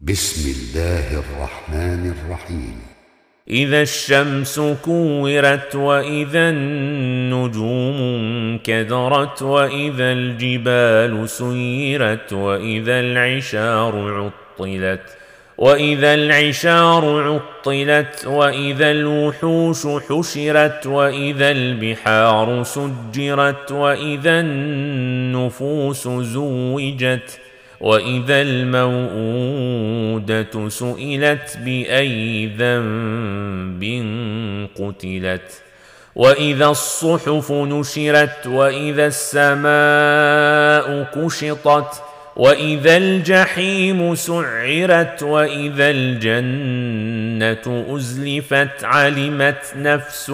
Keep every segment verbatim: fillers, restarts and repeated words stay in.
بسم الله الرحمن الرحيم. إذا الشمس كورت وإذا النجوم انكدرت وإذا الجبال سيرت وإذا العشار عطلت وإذا العشار عطلت وإذا الوحوش حشرت وإذا البحار سجرت وإذا النفوس زوجت وإذا الموءودة سئلت بأي ذنب قتلت وإذا الصحف نشرت وإذا السماء كشطت وإذا الجحيم سعرت وإذا الجنة أزلفت علمت نفس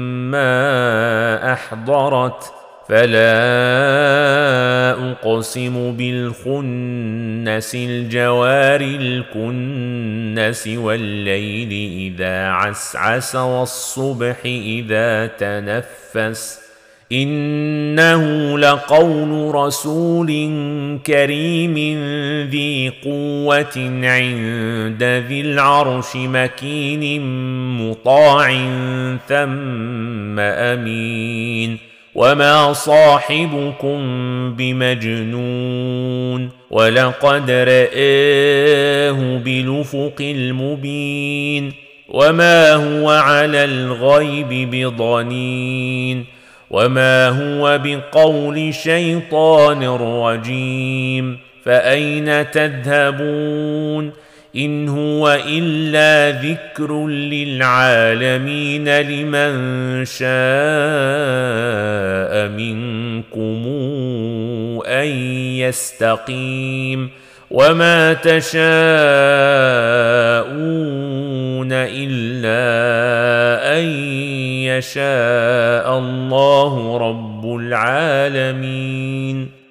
ما أحضرت فلا أقسم بالخنس الجوار الكنس والليل إذا عسعس والصبح إذا تنفس إنه لقول رسول كريم ذي قوة عند ذي العرش مكين مطاع ثم أمين وما صاحبكم بمجنون ولقد رآه بالأفق المبين وما هو على الغيب بضنين وما هو بقول شيطان رجيم فأين تذهبون إن هو إلا ذكر للعالمين لمن شاء منكم أن يستقيم وما تشاءون إلا أن يشاء الله رب العالمين.